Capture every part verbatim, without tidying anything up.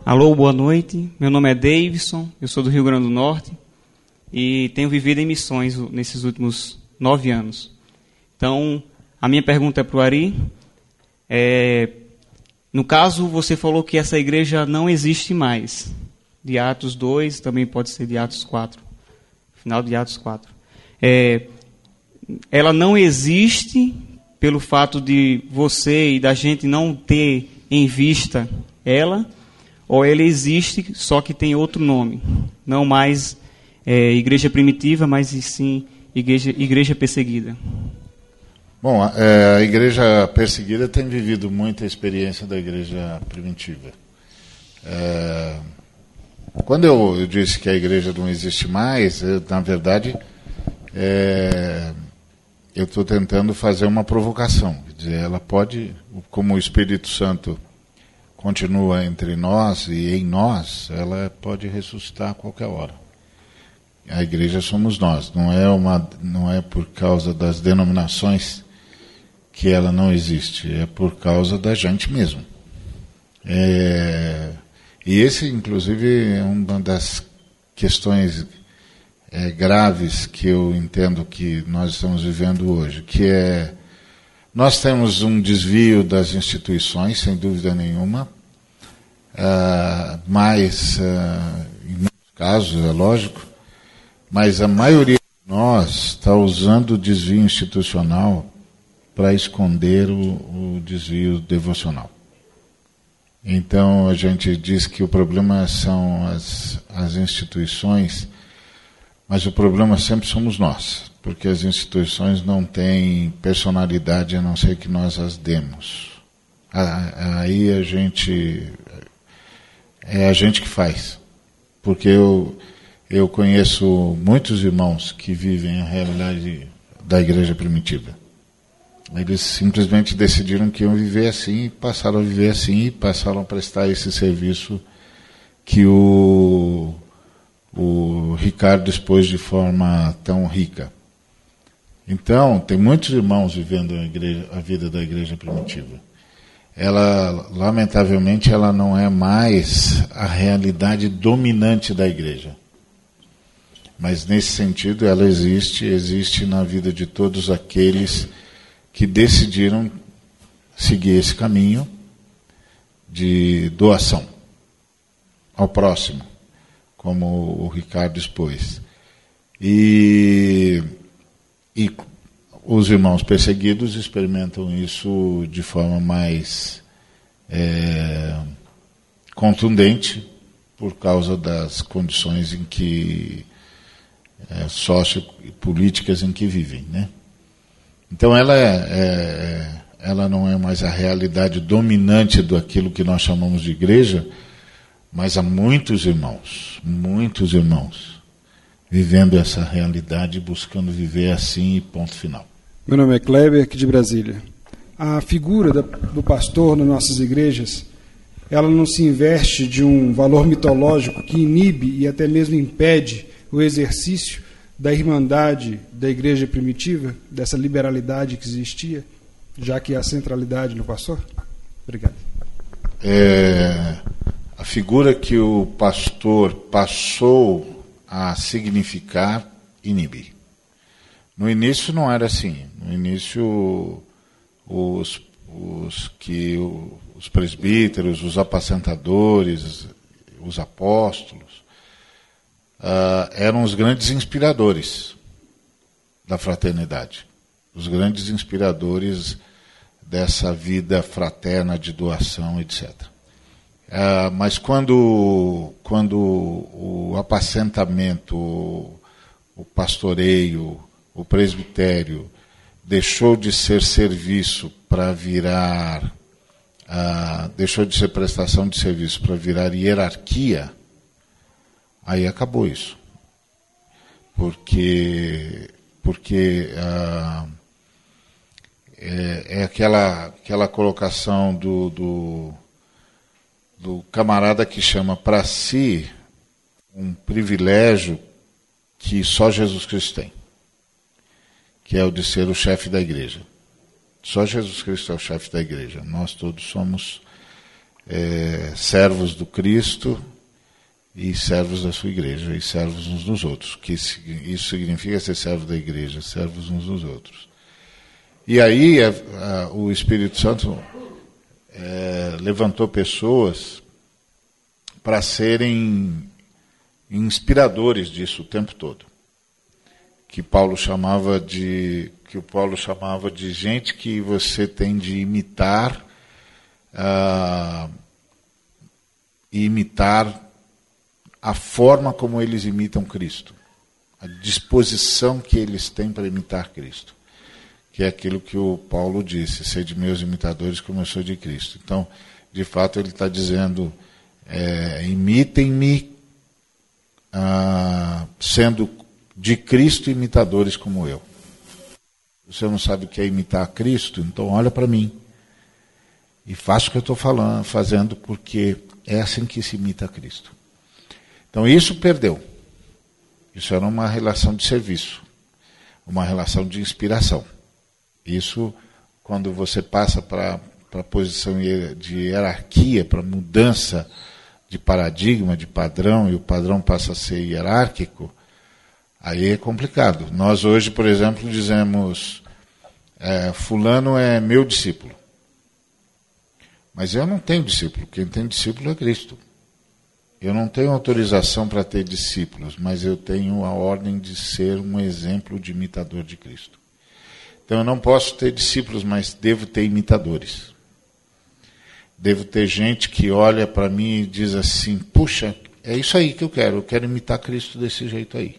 Alô, boa noite. Meu nome é Davidson, eu sou do Rio Grande do Norte e tenho vivido em missões nesses últimos nove anos. Então, a minha pergunta é para o Ari. É, no caso, você falou que essa igreja não existe mais. De Atos dois, também pode ser de Atos quatro. Final de Atos quatro. É, ela não existe pelo fato de você e da gente não ter em vista ela, ou ela existe, só que tem outro nome. Não mais é, igreja primitiva, mas sim igreja, igreja perseguida. Bom, a, a igreja perseguida tem vivido muita experiência da igreja primitiva. É, quando eu, eu disse que a igreja não existe mais, eu, na verdade, é, eu estou tentando fazer uma provocação. Quer dizer, ela pode, como o Espírito Santo continua entre nós e em nós, ela pode ressuscitar a qualquer hora. A igreja somos nós, não é, uma, não é por causa das denominações que ela não existe, é por causa da gente mesmo. É, e esse, inclusive, é uma das questões é, graves que eu entendo que nós estamos vivendo hoje, que é, nós temos um desvio das instituições, sem dúvida nenhuma, uh, mas, uh, em muitos casos, é lógico, mas a maioria de nós está usando o desvio institucional para esconder o, o desvio devocional. Então, a gente diz que o problema são as, as instituições, mas o problema sempre somos nós, porque as instituições não têm personalidade a não ser que nós as demos. Aí a gente, é a gente que faz, porque eu, eu conheço muitos irmãos que vivem a realidade da igreja primitiva. Eles simplesmente decidiram que iam viver assim, e passaram a viver assim, e passaram a prestar esse serviço que o o Ricardo expôs de forma tão rica. Então, tem muitos irmãos vivendo a, igreja, a vida da igreja primitiva. Ela, lamentavelmente, ela não é mais a realidade dominante da igreja. Mas, nesse sentido, ela existe, existe na vida de todos aqueles que decidiram seguir esse caminho de doação ao próximo, como o Ricardo expôs. E, e os irmãos perseguidos experimentam isso de forma mais é, contundente por causa das condições em que é, sociopolíticas em que vivem, né? Então ela, é, é, ela não é mais a realidade dominante do aquilo que nós chamamos de igreja, mas há muitos irmãos, muitos irmãos, vivendo essa realidade, buscando viver assim e ponto final. Meu nome é Kleber, aqui de Brasília. A figura da, do pastor nas nossas igrejas, ela não se investe de um valor mitológico que inibe e até mesmo impede o exercício da irmandade da igreja primitiva, dessa liberalidade que existia, já que há centralidade no pastor? Obrigado. É... A figura que o pastor passou a significar inibe. No início não era assim. No início, os, os, que, os presbíteros, os apacentadores, os apóstolos, uh, eram os grandes inspiradores da fraternidade. Os grandes inspiradores dessa vida fraterna de doação, etcétera. Uh, mas quando, quando o apacentamento, o, o pastoreio, o presbitério deixou de ser serviço para virar, uh, deixou de ser prestação de serviço para virar hierarquia, aí acabou isso. Porque, porque uh, é, é aquela, aquela colocação do... do do camarada que chama para si um privilégio que só Jesus Cristo tem, que é o de ser o chefe da igreja. Só Jesus Cristo é o chefe da igreja. Nós todos somos é, servos do Cristo e servos da sua igreja, e servos uns dos outros. Que isso significa ser servo da igreja, servos uns dos outros. E aí a, a, o Espírito Santo é, levantou pessoas para serem inspiradores disso o tempo todo. Que Paulo chamava de, que o Paulo chamava de gente que você tem de imitar, uh, e imitar a forma como eles imitam Cristo, a disposição que eles têm para imitar Cristo, que é aquilo que o Paulo disse, sede meus imitadores como eu sou de Cristo. Então, de fato, ele está dizendo, é, imitem-me ah, sendo de Cristo imitadores como eu. Você não sabe o que é imitar Cristo? Então olha para mim e faça o que eu estou falando, fazendo, porque é assim que se imita Cristo. Então isso perdeu. Isso era uma relação de serviço, uma relação de inspiração. Isso, quando você passa para a posição de hierarquia, para mudança de paradigma, de padrão, e o padrão passa a ser hierárquico, aí é complicado. Nós hoje, por exemplo, dizemos, é, fulano é meu discípulo. Mas eu não tenho discípulo, quem tem discípulo é Cristo. Eu não tenho autorização para ter discípulos, mas eu tenho a ordem de ser um exemplo de imitador de Cristo. Então eu não posso ter discípulos, mas devo ter imitadores. Devo ter gente que olha para mim e diz assim, puxa, é isso aí que eu quero, eu quero imitar Cristo desse jeito aí.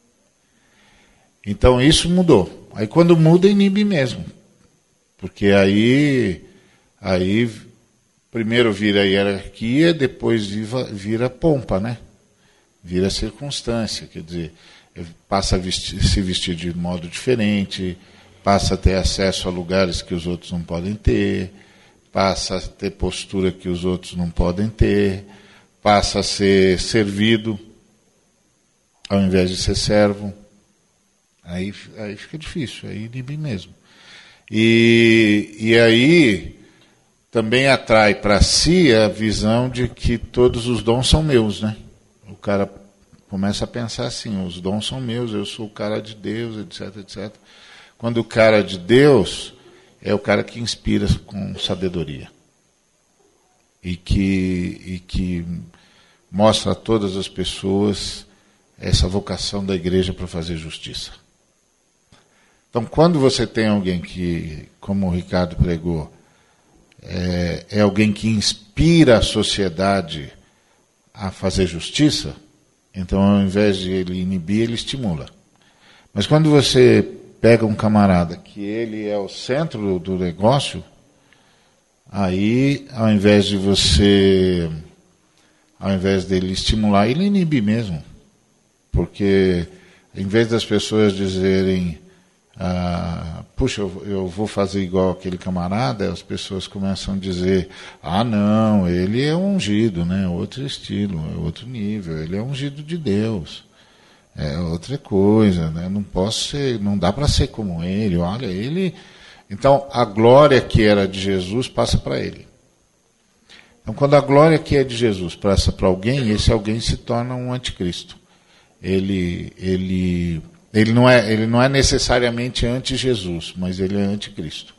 Então isso mudou. Aí quando muda, inibe mesmo. Porque aí, aí primeiro vira hierarquia, depois vira, vira pompa, né? Vira circunstância, quer dizer, passa a vestir, se vestir de modo diferente, passa a ter acesso a lugares que os outros não podem ter, passa a ter postura que os outros não podem ter, passa a ser servido ao invés de ser servo. Aí, aí fica difícil, aí inibe mesmo. E, e aí também atrai para si a visão de que todos os dons são meus, né? O cara começa a pensar assim, os dons são meus, eu sou o cara de Deus, etc, etcétera. Quando o cara de Deus é o cara que inspira com sabedoria. E que, e que mostra a todas as pessoas essa vocação da igreja para fazer justiça. Então, quando você tem alguém que, como o Ricardo pregou, é, é alguém que inspira a sociedade a fazer justiça, então, ao invés de ele inibir, ele estimula. Mas quando você pega um camarada que ele é o centro do negócio, aí, ao invés de você, ao invés dele estimular, ele inibe mesmo. Porque, em vez das pessoas dizerem, ah, puxa, eu, eu vou fazer igual aquele camarada, as pessoas começam a dizer, ah não, ele é ungido, né? Outro estilo, é outro nível, ele é ungido de Deus, é outra coisa, né? Não posso ser, não dá para ser como ele, olha, ele... Então, a glória que era de Jesus passa para ele. Então, quando a glória que é de Jesus passa para alguém, esse alguém se torna um anticristo. Ele, ele, ele, não é, ele não é necessariamente anti-Jesus, mas ele é anticristo.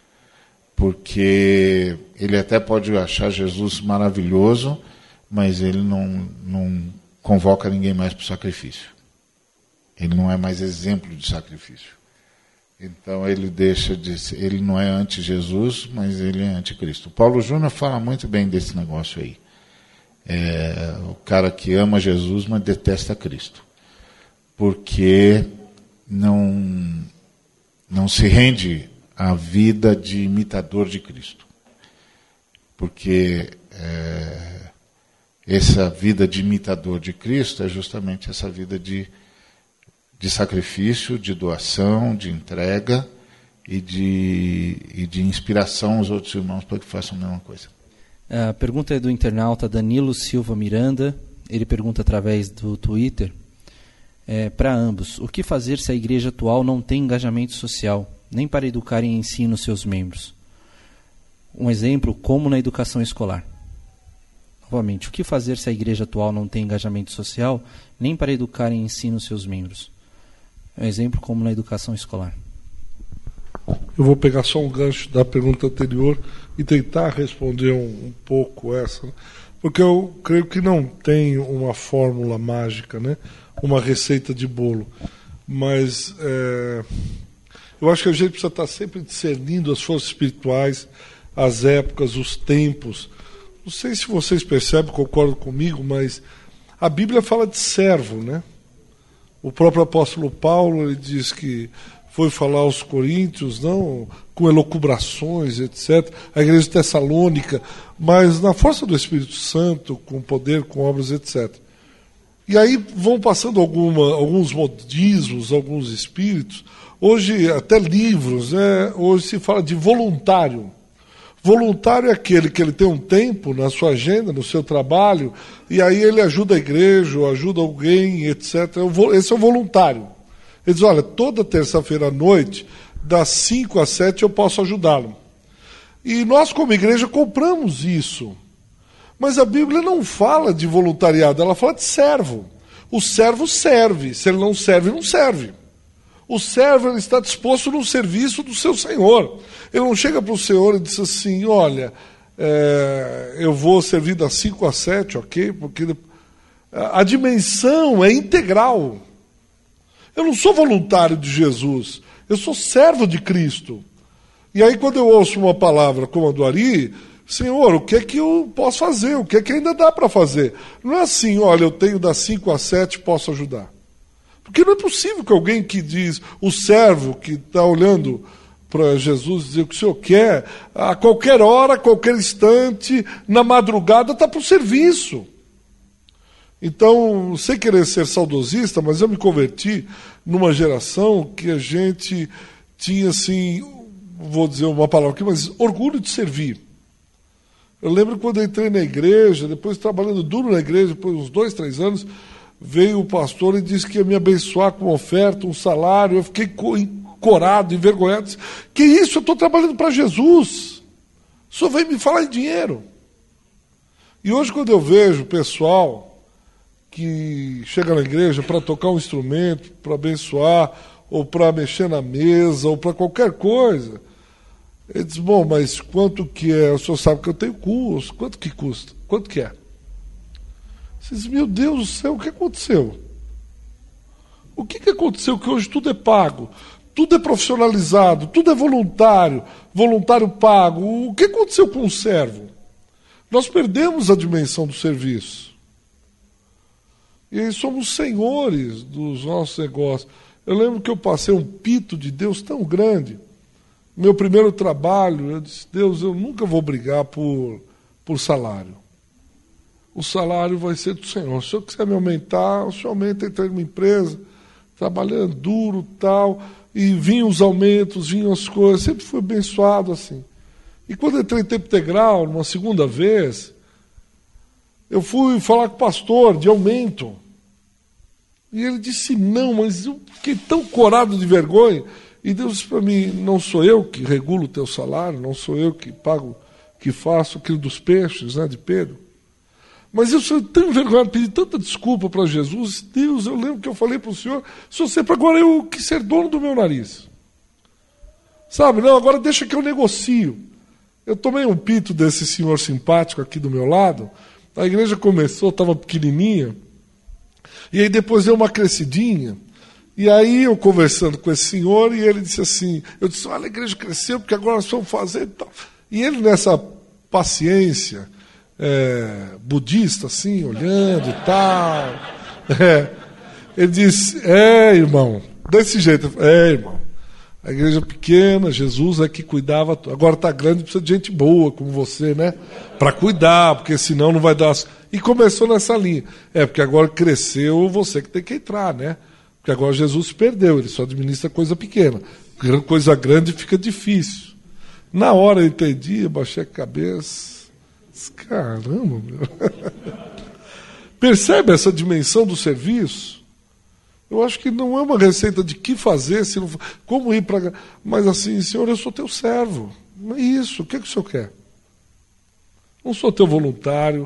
Porque ele até pode achar Jesus maravilhoso, mas ele não, não convoca ninguém mais para o sacrifício. Ele não é mais exemplo de sacrifício. Então ele deixa de ser, ele não é anti-Jesus, mas ele é anticristo. Paulo Júnior fala muito bem desse negócio aí. É, o cara que ama Jesus, mas detesta Cristo. Porque não, não se rende à vida de imitador de Cristo. Porque é, essa vida de imitador de Cristo é justamente essa vida de, de sacrifício, de doação, de entrega e de, e de inspiração aos outros irmãos para que façam a mesma coisa. A pergunta é do internauta Danilo Silva Miranda. Ele pergunta através do Twitter, é, para ambos, o que fazer se a igreja atual não tem engajamento social, nem para educar e ensino seus membros? Um exemplo, como na educação escolar. Novamente, o que fazer se a igreja atual não tem engajamento social nem para educar e ensinar os seus membros? Um exemplo como na educação escolar. Eu vou pegar só um gancho da pergunta anterior e tentar responder um, um pouco essa, né? Porque eu creio que não tem uma fórmula mágica, né? Uma receita de bolo. Mas é, eu acho que a gente precisa estar sempre discernindo as forças espirituais, as épocas, os tempos. Não sei se vocês percebem, concordam comigo, mas a Bíblia fala de servo, né? O próprio apóstolo Paulo, ele diz que foi falar aos coríntios, não com elucubrações, etcétera. A igreja de Tessalônica, mas na força do Espírito Santo, com poder, com obras, etcétera. E aí vão passando alguma, alguns modismos, alguns espíritos. Hoje, até livros, né? Hoje se fala de voluntário. Voluntário é aquele que ele tem um tempo na sua agenda, no seu trabalho, e aí ele ajuda a igreja, ou ajuda alguém, etcétera. Esse é o voluntário. Ele diz, olha, toda terça-feira à noite, das cinco às sete, eu posso ajudá-lo. E nós, como igreja, compramos isso. Mas a Bíblia não fala de voluntariado, ela fala de servo. O servo serve, se ele não serve, não serve. O servo ele está disposto no serviço do seu senhor. Ele não chega para o senhor e diz assim, olha, é, eu vou servir das cinco às sete, ok? Porque a dimensão é integral. Eu não sou voluntário de Jesus, eu sou servo de Cristo. E aí quando eu ouço uma palavra como a do Ari, Senhor, o que é que eu posso fazer? O que é que ainda dá para fazer? Não é assim, olha, eu tenho das cinco às sete, posso ajudar. Porque não é possível que alguém que diz, o servo que está olhando para Jesus, dizer o que o Senhor quer, a qualquer hora, a qualquer instante, na madrugada, está para o serviço. Então, sem querer ser saudosista, mas eu me converti numa geração que a gente tinha, assim, vou dizer uma palavra aqui, mas orgulho de servir. Eu lembro quando eu entrei na igreja, depois trabalhando duro na igreja, depois de uns dois, três anos, veio o pastor e disse que ia me abençoar com uma oferta, um salário. Eu fiquei encorado, envergonhado. Disse, que isso? Eu estou trabalhando para Jesus. O senhor veio me falar em dinheiro. E hoje, quando eu vejo o pessoal que chega na igreja para tocar um instrumento, para abençoar, ou para mexer na mesa, ou para qualquer coisa, ele diz, bom, mas quanto que é? O senhor sabe que eu tenho curso. Quanto que custa? Quanto que é? Você diz, meu Deus do céu, o que aconteceu? O que, que aconteceu que hoje tudo é pago? Tudo é profissionalizado, tudo é voluntário, voluntário pago. O que aconteceu com o servo? Nós perdemos a dimensão do serviço. E aí somos senhores dos nossos negócios. Eu lembro que eu passei um pito de Deus tão grande. Meu primeiro trabalho, eu disse, Deus, eu nunca vou brigar por, por salário. O salário vai ser do Senhor. Se o Senhor quiser me aumentar, o Senhor aumenta, entrei numa empresa, trabalhando duro e tal, e vinham os aumentos, vinham as coisas, sempre fui abençoado assim. E quando eu entrei em tempo integral, numa segunda vez, eu fui falar com o pastor de aumento. E ele disse, não, mas eu fiquei tão corado de vergonha. E Deus disse para mim, não sou eu que regulo o teu salário, não sou eu que pago, que faço aquilo dos peixes, né, de Pedro. Mas eu sou tão envergonhado, pedi tanta desculpa para Jesus. Deus, eu lembro que eu falei para o Senhor, Senhor, sempre agora eu quis ser dono do meu nariz. Sabe, não, agora deixa que eu negocio. Eu tomei um pito desse senhor simpático aqui do meu lado, a igreja começou, estava pequenininha, e aí depois deu uma crescidinha, e aí eu conversando com esse senhor, e ele disse assim, eu disse, olha, a igreja cresceu, porque agora nós vamos fazer e tal. E ele nessa paciência é, budista, assim, olhando e tal, é, ele disse, é, irmão, desse jeito, é, irmão, a igreja pequena, Jesus é que cuidava, agora está grande, precisa de gente boa como você, né? Para cuidar, porque senão não vai dar... E começou nessa linha. É, porque agora cresceu, você que tem que entrar, né? Porque agora Jesus se perdeu, ele só administra coisa pequena. Coisa grande fica difícil. Na hora eu entendi, eu baixei a cabeça. Caramba, meu. Percebe essa dimensão do serviço? Eu acho que não é uma receita de que fazer, se não, como ir para... Mas assim, Senhor, eu sou teu servo. Não é isso, o que, é que o Senhor quer? Não sou teu voluntário,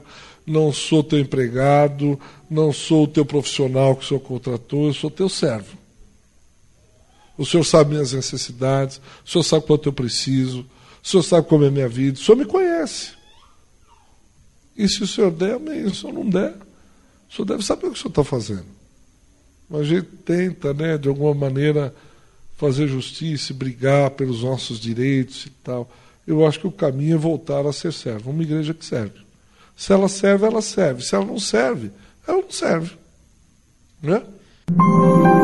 não sou teu empregado, não sou o teu profissional que o senhor contratou, eu sou teu servo. O senhor sabe minhas necessidades, o senhor sabe quanto eu preciso, o senhor sabe como é a minha vida, o senhor me conhece. E se o senhor der, amém. Se o senhor não der, o senhor deve saber o que o senhor está fazendo. Mas a gente tenta, né, de alguma maneira, fazer justiça, brigar pelos nossos direitos e tal. Eu acho que o caminho é voltar a ser servo. Uma igreja que serve. Se ela serve, ela serve. Se ela não serve, ela não serve. Né?